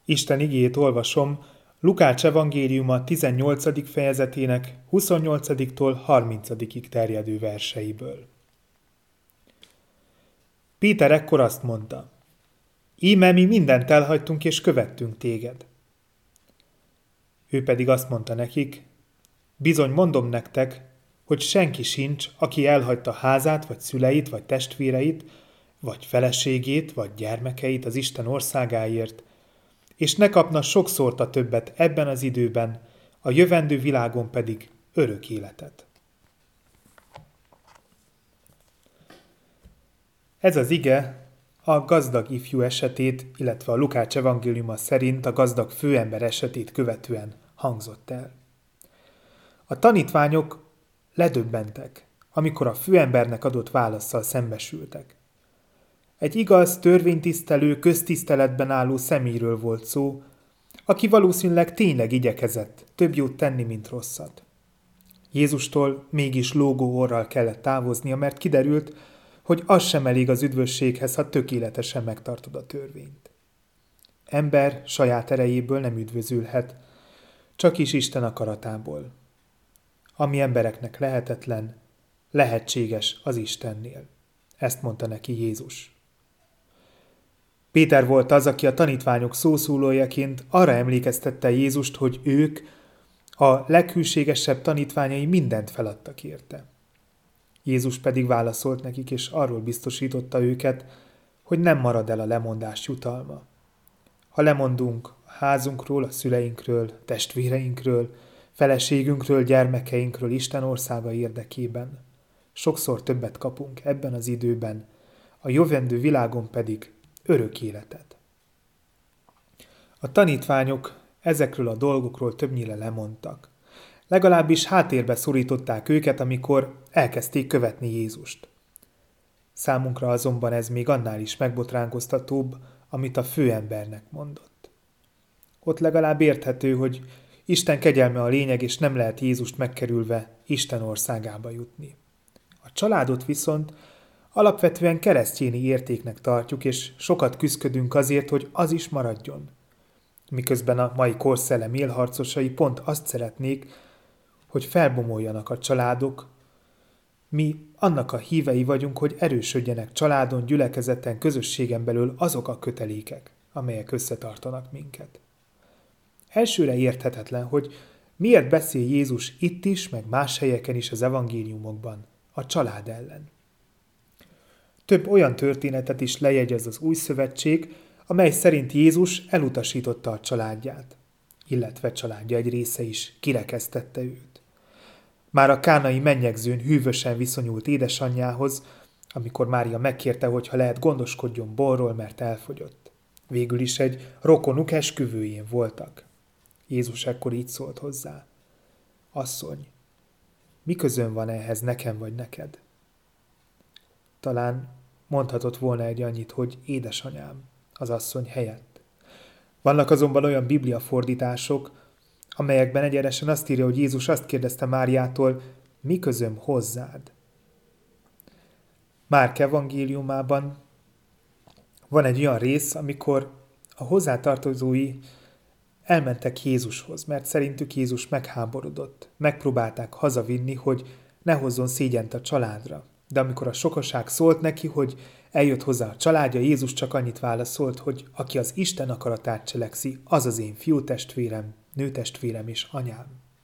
Isten igéjét olvasom Lukács evangéliuma 18. fejezetének 28-tól 30-ig terjedő verseiből. Péter ekkor azt mondta: Íme mi mindent elhagytunk és követtünk téged. Ő pedig azt mondta nekik: Bizony mondom nektek, hogy senki sincs, aki elhagyta házát, vagy szüleit, vagy testvéreit, vagy feleségét, vagy gyermekeit az Isten országáért, és ne kapna sokszorta többet ebben az időben, a jövendő világon pedig örök életet. Ez az ige a gazdag ifjú esetét, illetve a Lukács evangéliuma szerint a gazdag főember esetét követően hangzott el. A tanítványok ledöbbentek, amikor a főembernek adott válasszal szembesültek. Egy igaz, törvénytisztelő, köztiszteletben álló személyről volt szó, aki valószínűleg tényleg igyekezett több jót tenni, mint rosszat. Jézustól mégis lógó orral kellett távoznia, mert kiderült, hogy az sem elég az üdvösséghez, ha tökéletesen megtartod a törvényt. Ember saját erejéből nem üdvözülhet, csak is Isten akaratából. Ami embereknek lehetetlen, lehetséges az Istennél. Ezt mondta neki Jézus. Péter volt az, aki a tanítványok szószólójaként arra emlékeztette Jézust, hogy ők, a leghűségesebb tanítványai mindent feladtak érte. Jézus pedig válaszolt nekik, és arról biztosította őket, hogy nem marad el a lemondás jutalma. Ha lemondunk a házunkról, a szüleinkről, testvéreinkről, feleségünkről, gyermekeinkről Isten országa érdekében, sokszor többet kapunk ebben az időben, a jövendő világon pedig örök életet. A tanítványok ezekről a dolgokról többnyire lemondtak. Legalábbis háttérbe szorították őket, amikor elkezdték követni Jézust. Számunkra azonban ez még annál is megbotránkoztatóbb, amit a főembernek mondott. Ott legalább érthető, hogy Isten kegyelme a lényeg, és nem lehet Jézust megkerülve Isten országába jutni. A családot viszont alapvetően keresztjéni értéknek tartjuk, és sokat küszködünk azért, hogy az is maradjon. Miközben a mai korszellem élharcosai pont azt szeretnék, hogy felbomoljanak a családok. Mi annak a hívei vagyunk, hogy erősödjenek családon, gyülekezeten, közösségen belül azok a kötelékek, amelyek összetartanak minket. Elsőre érthetetlen, hogy miért beszél Jézus itt is, meg más helyeken is az evangéliumokban a család ellen. Több olyan történetet is lejegyez az Új Szövetség, amely szerint Jézus elutasította a családját, illetve családja egy része is kirekesztette őt. Már a kánai mennyegzőn hűvösen viszonyult édesanyjához, amikor Mária megkérte, hogy ha lehet, gondoskodjon borról, mert elfogyott. Végül is egy rokonuk esküvőjén voltak. Jézus ekkor így szólt hozzá: Asszony, mi közön van ehhez nekem vagy neked? Talán mondhatott volna egy annyit, hogy édesanyám az asszony helyett. Vannak azonban olyan bibliafordítások, amelyekben egyenesen azt írja, hogy Jézus azt kérdezte Máriától: mi közöm hozzád? Márk evangéliumában van egy olyan rész, amikor a hozzátartozói elmentek Jézushoz, mert szerintük Jézus megháborodott. Megpróbálták hazavinni, hogy ne hozzon szégyent a családra. De amikor a sokaság szólt neki, hogy eljött hozzá a családja, Jézus csak annyit válaszolt, hogy aki az Isten akaratát cselekszi, az az én fiútestvérem, nőtestvérem és anyám.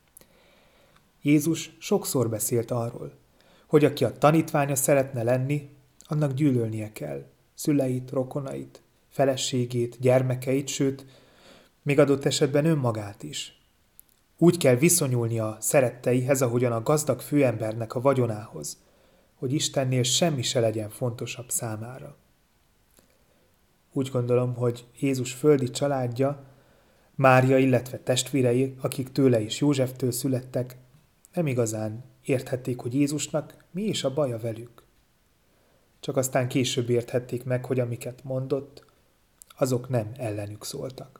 Jézus sokszor beszélt arról, hogy aki a tanítványa szeretne lenni, annak gyűlölnie kell szüleit, rokonait, feleségét, gyermekeit, sőt, még adott esetben önmagát is. Úgy kell viszonyulni a szeretteihez, ahogyan a gazdag főembernek a vagyonához, hogy Istennél semmi se legyen fontosabb számára. Úgy gondolom, hogy Jézus földi családja, Mária, illetve testvérei, akik tőle és Józseftől születtek, nem igazán érthették, hogy Jézusnak mi is a baja velük. Csak aztán később érthették meg, hogy amiket mondott, azok nem ellenük szóltak.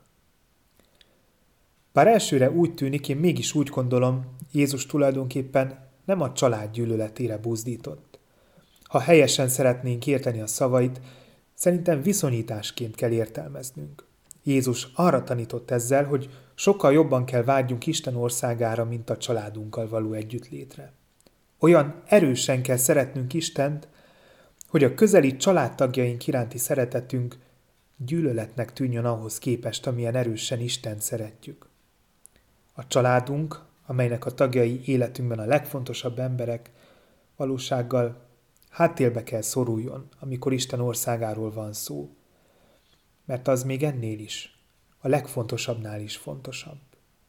Bár elsőre úgy tűnik, én mégis úgy gondolom, Jézus tulajdonképpen nem a család gyűlöletére buzdított. Ha helyesen szeretnénk érteni a szavait, szerintem viszonyításként kell értelmeznünk. Jézus arra tanított ezzel, hogy sokkal jobban kell vágyjunk Isten országára, mint a családunkkal való együttlétre. Olyan erősen kell szeretnünk Istent, hogy a közeli családtagjaink iránti szeretetünk gyűlöletnek tűnjön ahhoz képest, amilyen erősen Istent szeretjük. A családunk, amelynek a tagjai életünkben a legfontosabb emberek, valósággal háttérbe kell szoruljon, amikor Isten országáról van szó, mert az még ennél is, a legfontosabbnál is fontosabb.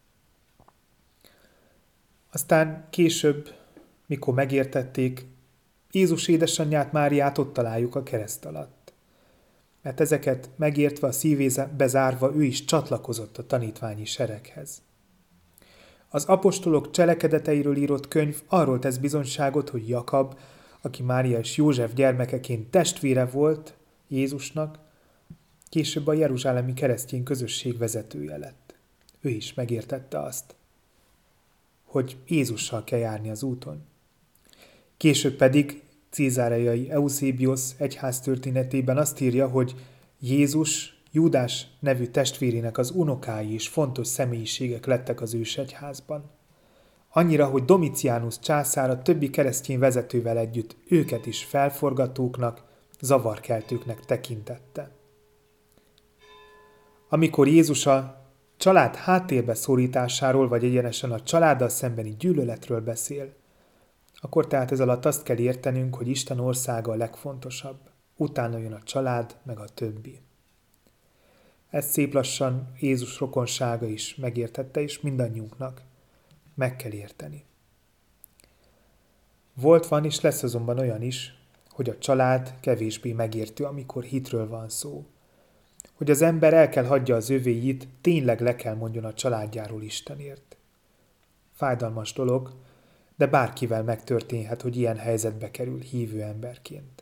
Aztán később, mikor megértették, Jézus édesanyját Máriát ott találjuk a kereszt alatt. Mert ezeket megértve, a szívébe zárva, ő is csatlakozott a tanítványi sereghez. Az apostolok cselekedeteiről írott könyv arról tesz bizonyságot, hogy Jakab, aki Mária és József gyermekeként testvére volt Jézusnak, később a jeruzsálemi keresztény közösség vezetője lett. Ő is megértette azt, hogy Jézussal kell járni az úton. Később pedig Cézáreai Euszébiosz egyháztörténetében azt írja, hogy Jézus Júdás nevű testvérének az unokái is fontos személyiségek lettek az ősegyházban. Annyira, hogy Domitianus császár a többi keresztény vezetővel együtt őket is felforgatóknak, zavarkeltőknek tekintette. Amikor Jézus a család háttérbe szorításáról, vagy egyenesen a családdal szembeni gyűlöletről beszél, akkor tehát ez alatt azt kell értenünk, hogy Isten országa a legfontosabb. Utána jön a család, meg a többi. Ezt szép lassan Jézus rokonsága is megértette, és mindannyiunknak meg kell érteni. Volt, van és lesz azonban olyan is, hogy a család kevésbé megértő, amikor hitről van szó. Hogy az ember el kell hagyja az övéit, tényleg le kell mondjon a családjáról Istenért. Fájdalmas dolog, de bárkivel megtörténhet, hogy ilyen helyzetbe kerül hívő emberként.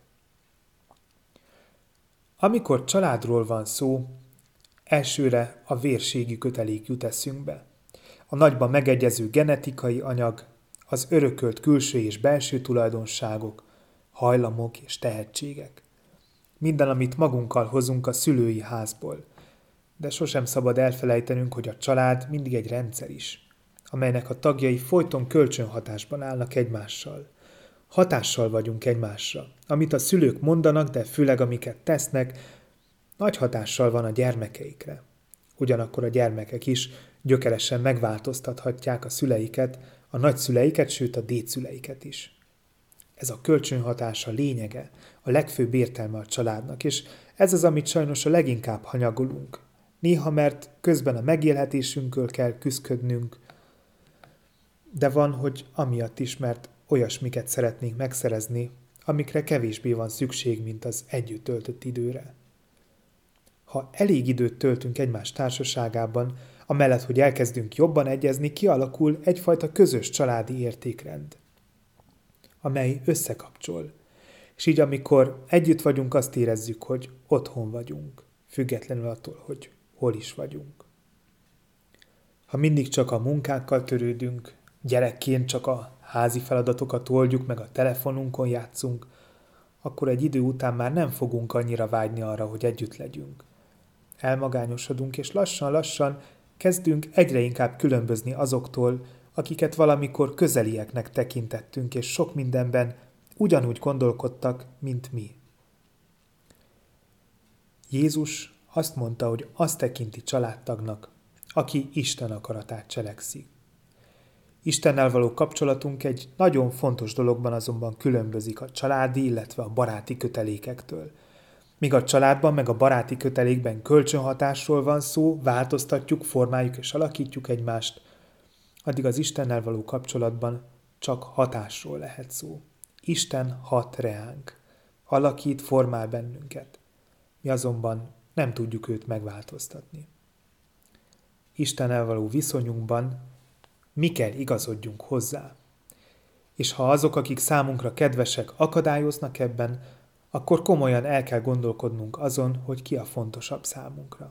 Amikor családról van szó, elsőre a vérségi kötelék jut eszünkbe. A nagyban megegyező genetikai anyag, az örökölt külső és belső tulajdonságok, hajlamok és tehetségek. Minden, amit magunkkal hozunk a szülői házból. De sosem szabad elfelejtenünk, hogy a család mindig egy rendszer is, amelynek a tagjai folyton kölcsönhatásban állnak egymással. Hatással vagyunk egymásra. Amit a szülők mondanak, de főleg amiket tesznek, nagy hatással van a gyermekeikre. Ugyanakkor a gyermekek is gyökeresen megváltoztathatják a szüleiket, a nagyszüleiket, sőt a dédszüleiket is. Ez a kölcsönhatás a lényege, a legfőbb értelme a családnak, és ez az, amit sajnos a leginkább hanyagolunk. Néha, mert közben a megélhetésünkről kell küszködnünk, de van, hogy amiatt is, mert olyasmiket szeretnénk megszerezni, amikre kevésbé van szükség, mint az együtt töltött időre. Ha elég időt töltünk egymás társaságában, amellett, hogy elkezdünk jobban egyezni, kialakul egyfajta közös családi értékrend, amely összekapcsol. És így, amikor együtt vagyunk, azt érezzük, hogy otthon vagyunk, függetlenül attól, hogy hol is vagyunk. Ha mindig csak a munkákkal törődünk, gyerekként csak a házi feladatokat oldjuk, meg a telefonunkon játszunk, akkor egy idő után már nem fogunk annyira vágyni arra, hogy együtt legyünk. Elmagányosodunk, és lassan-lassan kezdünk egyre inkább különbözni azoktól, akiket valamikor közelieknek tekintettünk, és sok mindenben ugyanúgy gondolkodtak, mint mi. Jézus azt mondta, hogy azt tekinti családtagnak, aki Isten akaratát cselekszi. Istennel való kapcsolatunk egy nagyon fontos dologban azonban különbözik a családi, illetve a baráti kötelékektől. Míg a családban meg a baráti kötelékben kölcsönhatásról van szó, változtatjuk, formáljuk és alakítjuk egymást, addig az Istennel való kapcsolatban csak hatásról lehet szó. Isten hat reánk, alakít, formál bennünket. Mi azonban nem tudjuk őt megváltoztatni. Istennel való viszonyunkban mi kell igazodjunk hozzá. És ha azok, akik számunkra kedvesek, akadályoznak ebben, akkor komolyan el kell gondolkodnunk azon, hogy ki a fontosabb számunkra.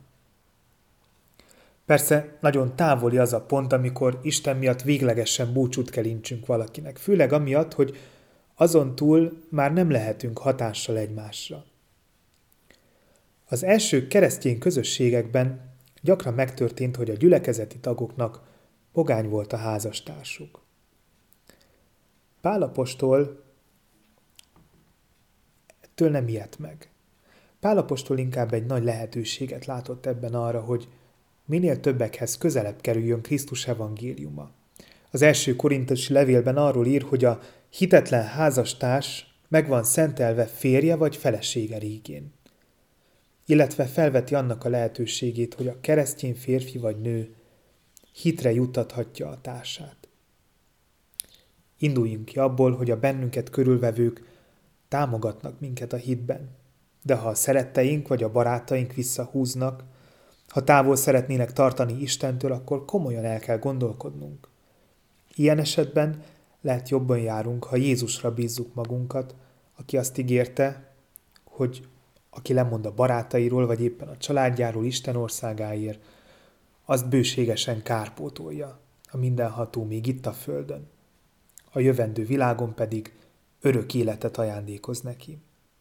Persze nagyon távoli az a pont, amikor Isten miatt véglegesen búcsút kell intsünk valakinek, főleg amiatt, hogy azon túl már nem lehetünk hatással egymásra. Az első keresztény közösségekben Gyakran megtörtént, hogy a gyülekezeti tagoknak pogány volt a házastársuk. Pál apostol ettől nem ijedt meg. Pál apostol inkább egy nagy lehetőséget látott ebben arra, hogy minél többekhez közelebb kerüljön Krisztus evangéliuma. Az első korintusi levélben arról ír, hogy a hitetlen házastárs meg van szentelve férje vagy felesége régén. Illetve felveti annak a lehetőségét, hogy a keresztény férfi vagy nő hitre juttathatja a társát. Induljunk ki abból, hogy a bennünket körülvevők támogatnak minket a hitben, de ha a szeretteink vagy a barátaink visszahúznak, ha távol szeretnének tartani Istentől, akkor komolyan el kell gondolkodnunk. Ilyen esetben lehet jobban járunk, ha Jézusra bízzuk magunkat, aki azt ígérte, hogy aki lemond a barátairól, vagy éppen a családjáról Isten országáért, azt bőségesen kárpótolja a mindenható még itt a földön. A jövendő világon pedig örök életet ajándékoz neki.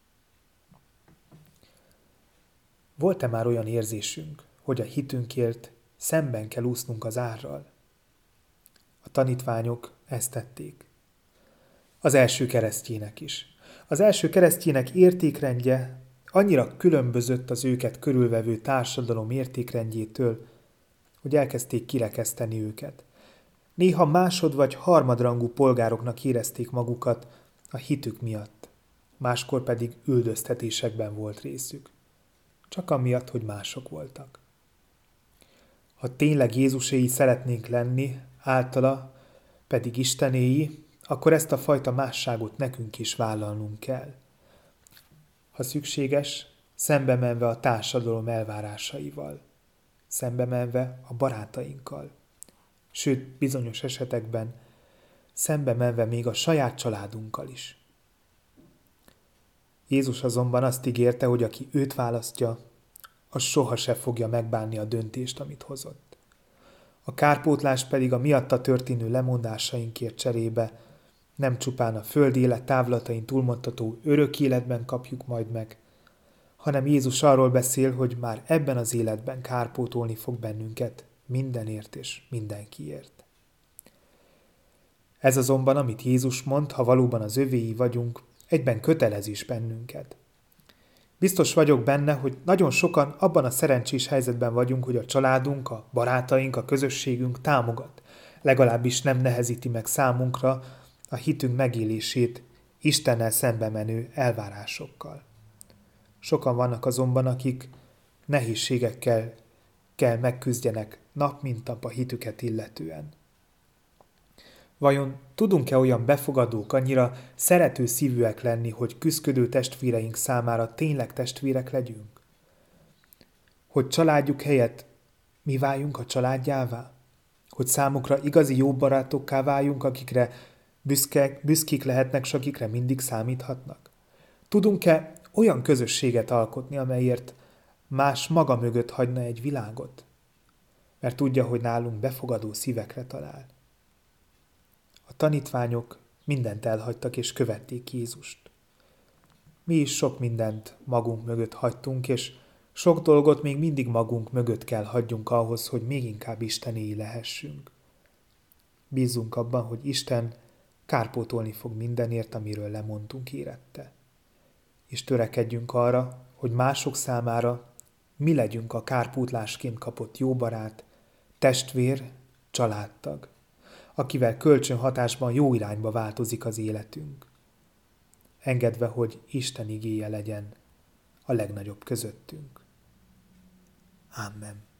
Volt-e már olyan érzésünk, hogy a hitünkért szemben kell úsznunk az árral? A tanítványok ezt tették. Az első keresztjének is. Az első keresztjének értékrendje annyira különbözött az őket körülvevő társadalom értékrendjétől, hogy elkezdték kirekeszteni őket. Néha másod- vagy harmadrangú polgároknak érezték magukat a hitük miatt, máskor pedig üldöztetésekben volt részük. Csak amiatt, hogy mások voltak. Ha tényleg Jézuséi szeretnénk lenni, általa pedig Istenéi, akkor ezt a fajta másságot nekünk is vállalnunk kell. Ha szükséges, szembe menve a társadalom elvárásaival, szembe menve a barátainkkal, sőt, bizonyos esetekben szembe menve még a saját családunkkal is. Jézus azonban azt ígérte, hogy aki őt választja, az soha se fogja megbánni a döntést, amit hozott. A kárpótlás pedig a miatta történő lemondásainkért cserébe nem csupán a földi élet távlatain túlmutató örök életben kapjuk majd meg, hanem Jézus arról beszél, hogy már ebben az életben kárpótolni fog bennünket mindenért és mindenkiért. Ez azonban, amit Jézus mond, ha valóban az övéi vagyunk, egyben kötelez is bennünket. Biztos vagyok benne, hogy nagyon sokan abban a szerencsés helyzetben vagyunk, hogy a családunk, a barátaink, a közösségünk támogat. Legalábbis nem nehezíti meg számunkra a hitünk megélését Istennel szembe menő elvárásokkal. Sokan vannak azonban, akik nehézségekkel kell megküzdjenek nap mint nap a hitüket illetően. Vajon tudunk-e olyan befogadók, annyira szerető szívűek lenni, hogy küszködő testvéreink számára tényleg testvérek legyünk? Hogy családjuk helyett mi váljunk a családjává? Hogy számukra igazi jó barátokká váljunk, akikre büszkék lehetnek, s akikre mindig számíthatnak? Tudunk-e olyan közösséget alkotni, amelyért más maga mögött hagyna egy világot? Mert tudja, hogy nálunk befogadó szívekre talál. A tanítványok mindent elhagytak és követték Jézust. Mi is sok mindent magunk mögött hagytunk, és sok dolgot még mindig magunk mögött kell hagyjunk ahhoz, hogy még inkább Istenéi lehessünk. Bízzunk abban, hogy Isten kárpótolni fog mindenért, amiről lemondtunk érette. És törekedjünk arra, hogy mások számára mi legyünk a kárpótlásként kapott jó barát, testvér, családtag, akivel kölcsönhatásban jó irányba változik az életünk, engedve, hogy Isten igéje legyen a legnagyobb közöttünk. Amen.